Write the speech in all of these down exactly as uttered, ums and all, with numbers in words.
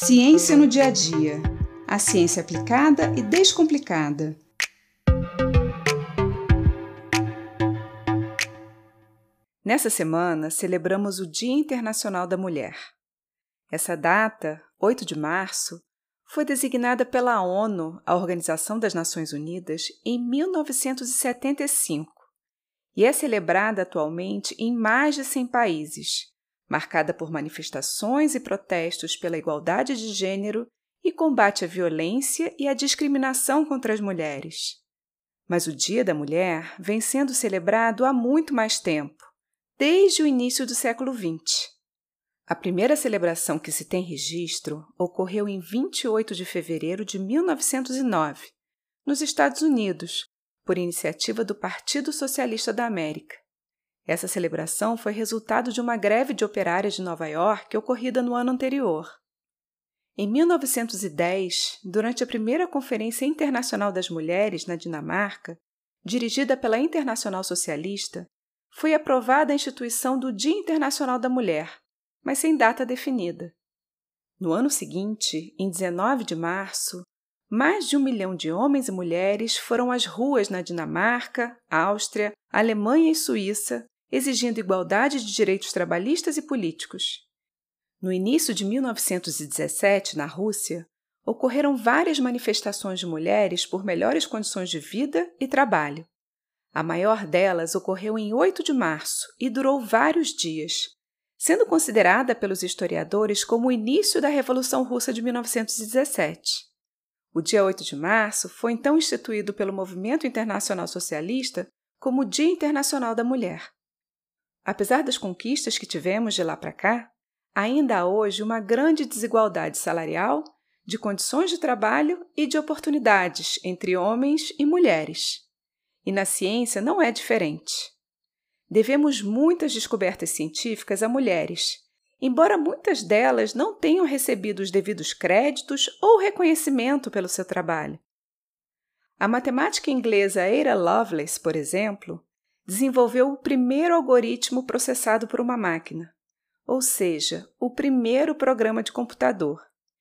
Ciência no dia a dia. A ciência aplicada e descomplicada. Nessa semana, celebramos o Dia Internacional da Mulher. Essa data, oito de março, foi designada pela ONU, a Organização das Nações Unidas, em mil novecentos e setenta e cinco e é celebrada atualmente em mais de cem países, marcada por manifestações e protestos pela igualdade de gênero e combate à violência e à discriminação contra as mulheres. Mas o Dia da Mulher vem sendo celebrado há muito mais tempo, desde o início do século vinte. A primeira celebração que se tem registro ocorreu em vinte e oito de fevereiro de mil novecentos e nove, nos Estados Unidos, por iniciativa do Partido Socialista da América. Essa celebração foi resultado de uma greve de operárias de Nova York ocorrida no ano anterior. Em mil novecentos e dez, durante a primeira Conferência Internacional das Mulheres na Dinamarca, dirigida pela Internacional Socialista, foi aprovada a instituição do Dia Internacional da Mulher, mas sem data definida. No ano seguinte, em dezenove de março, mais de um milhão de homens e mulheres foram às ruas na Dinamarca, Áustria, Alemanha e Suíça, exigindo igualdade de direitos trabalhistas e políticos. No início de mil novecentos e dezessete, na Rússia, ocorreram várias manifestações de mulheres por melhores condições de vida e trabalho. A maior delas ocorreu em oito de março e durou vários dias, sendo considerada pelos historiadores como o início da Revolução Russa de mil novecentos e dezessete. O dia oito de março foi então instituído pelo Movimento Internacional Socialista como o Dia Internacional da Mulher. Apesar das conquistas que tivemos de lá para cá, ainda há hoje uma grande desigualdade salarial, de condições de trabalho e de oportunidades entre homens e mulheres. E na ciência não é diferente. Devemos muitas descobertas científicas a mulheres, embora muitas delas não tenham recebido os devidos créditos ou reconhecimento pelo seu trabalho. A matemática inglesa Ada Lovelace, por exemplo, desenvolveu o primeiro algoritmo processado por uma máquina, ou seja, o primeiro programa de computador,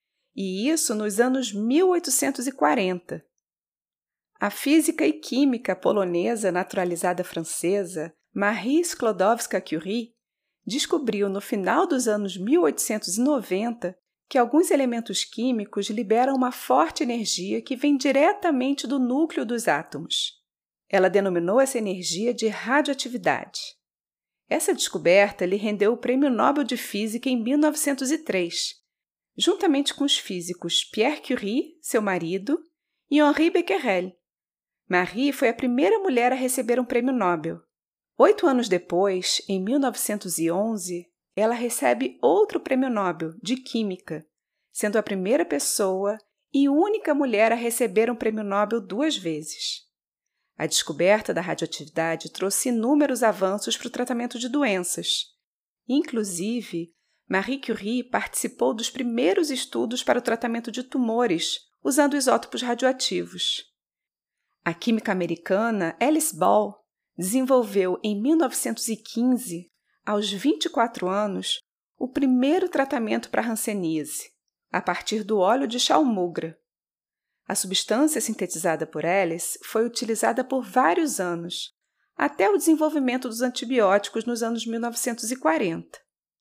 e isso nos anos mil oitocentos e quarenta. A física e química polonesa naturalizada francesa Marie Sklodowska-Curie descobriu no final dos anos mil oitocentos e noventa que alguns elementos químicos liberam uma forte energia que vem diretamente do núcleo dos átomos. Ela denominou essa energia de radioatividade. Essa descoberta lhe rendeu o Prêmio Nobel de Física em mil novecentos e três, juntamente com os físicos Pierre Curie, seu marido, e Henri Becquerel. Marie foi a primeira mulher a receber um prêmio Nobel. Oito anos depois, em mil novecentos e onze, ela recebe outro prêmio Nobel de Química, sendo a primeira pessoa e única mulher a receber um prêmio Nobel duas vezes. A descoberta da radioatividade trouxe inúmeros avanços para o tratamento de doenças. Inclusive, Marie Curie participou dos primeiros estudos para o tratamento de tumores usando isótopos radioativos. A química americana Alice Ball desenvolveu em mil novecentos e quinze, aos vinte e quatro anos, o primeiro tratamento para hanseníase, a partir do óleo de chalmugra. A substância sintetizada por Alice foi utilizada por vários anos, até o desenvolvimento dos antibióticos nos anos mil novecentos e quarenta.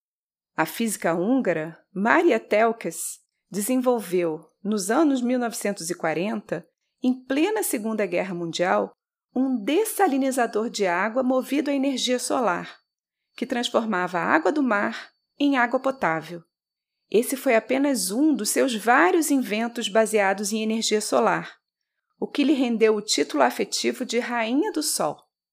A física húngara Mária Telkes desenvolveu, nos anos mil novecentos e quarenta, em plena Segunda Guerra Mundial, um dessalinizador de água movido à energia solar, que transformava a água do mar em água potável. Esse foi apenas um dos seus vários inventos baseados em energia solar, o que lhe rendeu o título afetivo de Rainha do Sol.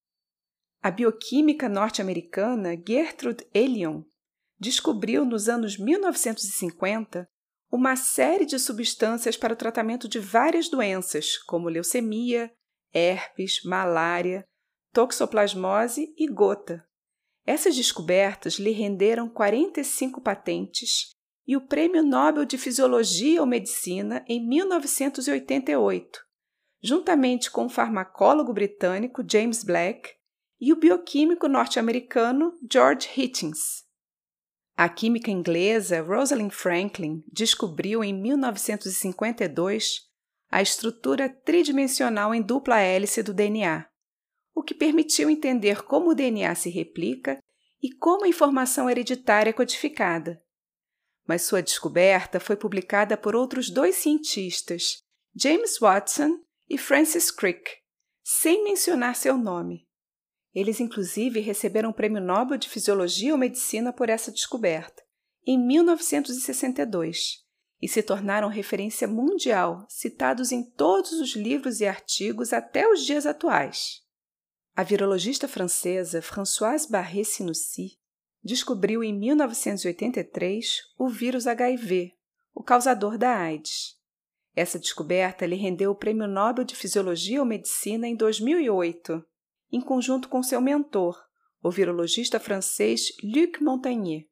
A bioquímica norte-americana Gertrude Elion descobriu nos anos mil novecentos e cinquenta uma série de substâncias para o tratamento de várias doenças, como leucemia, herpes, malária, toxoplasmose e gota. Essas descobertas lhe renderam quarenta e cinco patentes e o Prêmio Nobel de Fisiologia ou Medicina em mil novecentos e oitenta e oito, juntamente com o farmacólogo britânico James Black e o bioquímico norte-americano George Hitchens. A química inglesa Rosalind Franklin descobriu em mil novecentos e cinquenta e dois a estrutura tridimensional em dupla hélice do D N A, o que permitiu entender como o D N A se replica e como a informação hereditária é codificada. Mas sua descoberta foi publicada por outros dois cientistas, James Watson e Francis Crick, sem mencionar seu nome. Eles, inclusive, receberam o Prêmio Nobel de Fisiologia ou Medicina por essa descoberta, em mil novecentos e sessenta e dois, e se tornaram referência mundial, citados em todos os livros e artigos até os dias atuais. A virologista francesa Françoise Barré-Sinoussi descobriu em mil novecentos e oitenta e três o vírus H I V, o causador da AIDS. Essa descoberta lhe rendeu o Prêmio Nobel de Fisiologia ou Medicina em dois mil e oito, em conjunto com seu mentor, o virologista francês Luc Montagnier.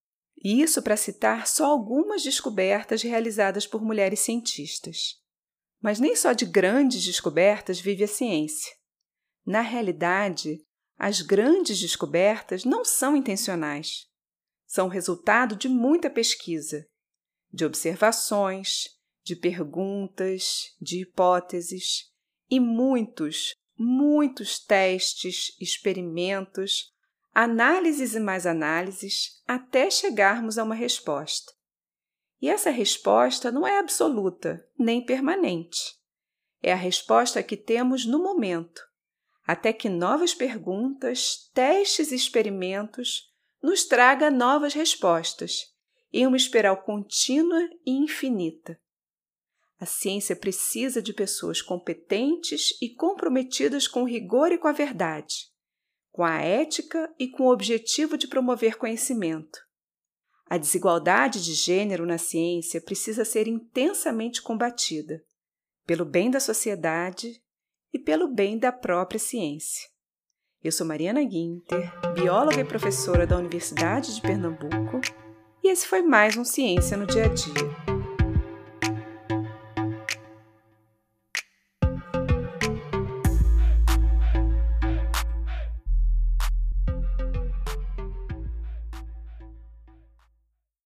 E isso para citar só algumas descobertas realizadas por mulheres cientistas. Mas nem só de grandes descobertas vive a ciência. Na realidade, as grandes descobertas não são intencionais. São resultado de muita pesquisa, de observações, de perguntas, de hipóteses e muitos, muitos testes, experimentos, análises e mais análises até chegarmos a uma resposta. E essa resposta não é absoluta nem permanente. É a resposta que temos no momento, até que novas perguntas, testes e experimentos nos tragam novas respostas, em uma espiral contínua e infinita. A ciência precisa de pessoas competentes e comprometidas com o rigor e com a verdade, com a ética e com o objetivo de promover conhecimento. A desigualdade de gênero na ciência precisa ser intensamente combatida, pelo bem da sociedade e pelo bem da própria ciência. Eu sou Mariana Guinter, bióloga e professora da Universidade de Pernambuco, e esse foi mais um Ciência no Dia a Dia.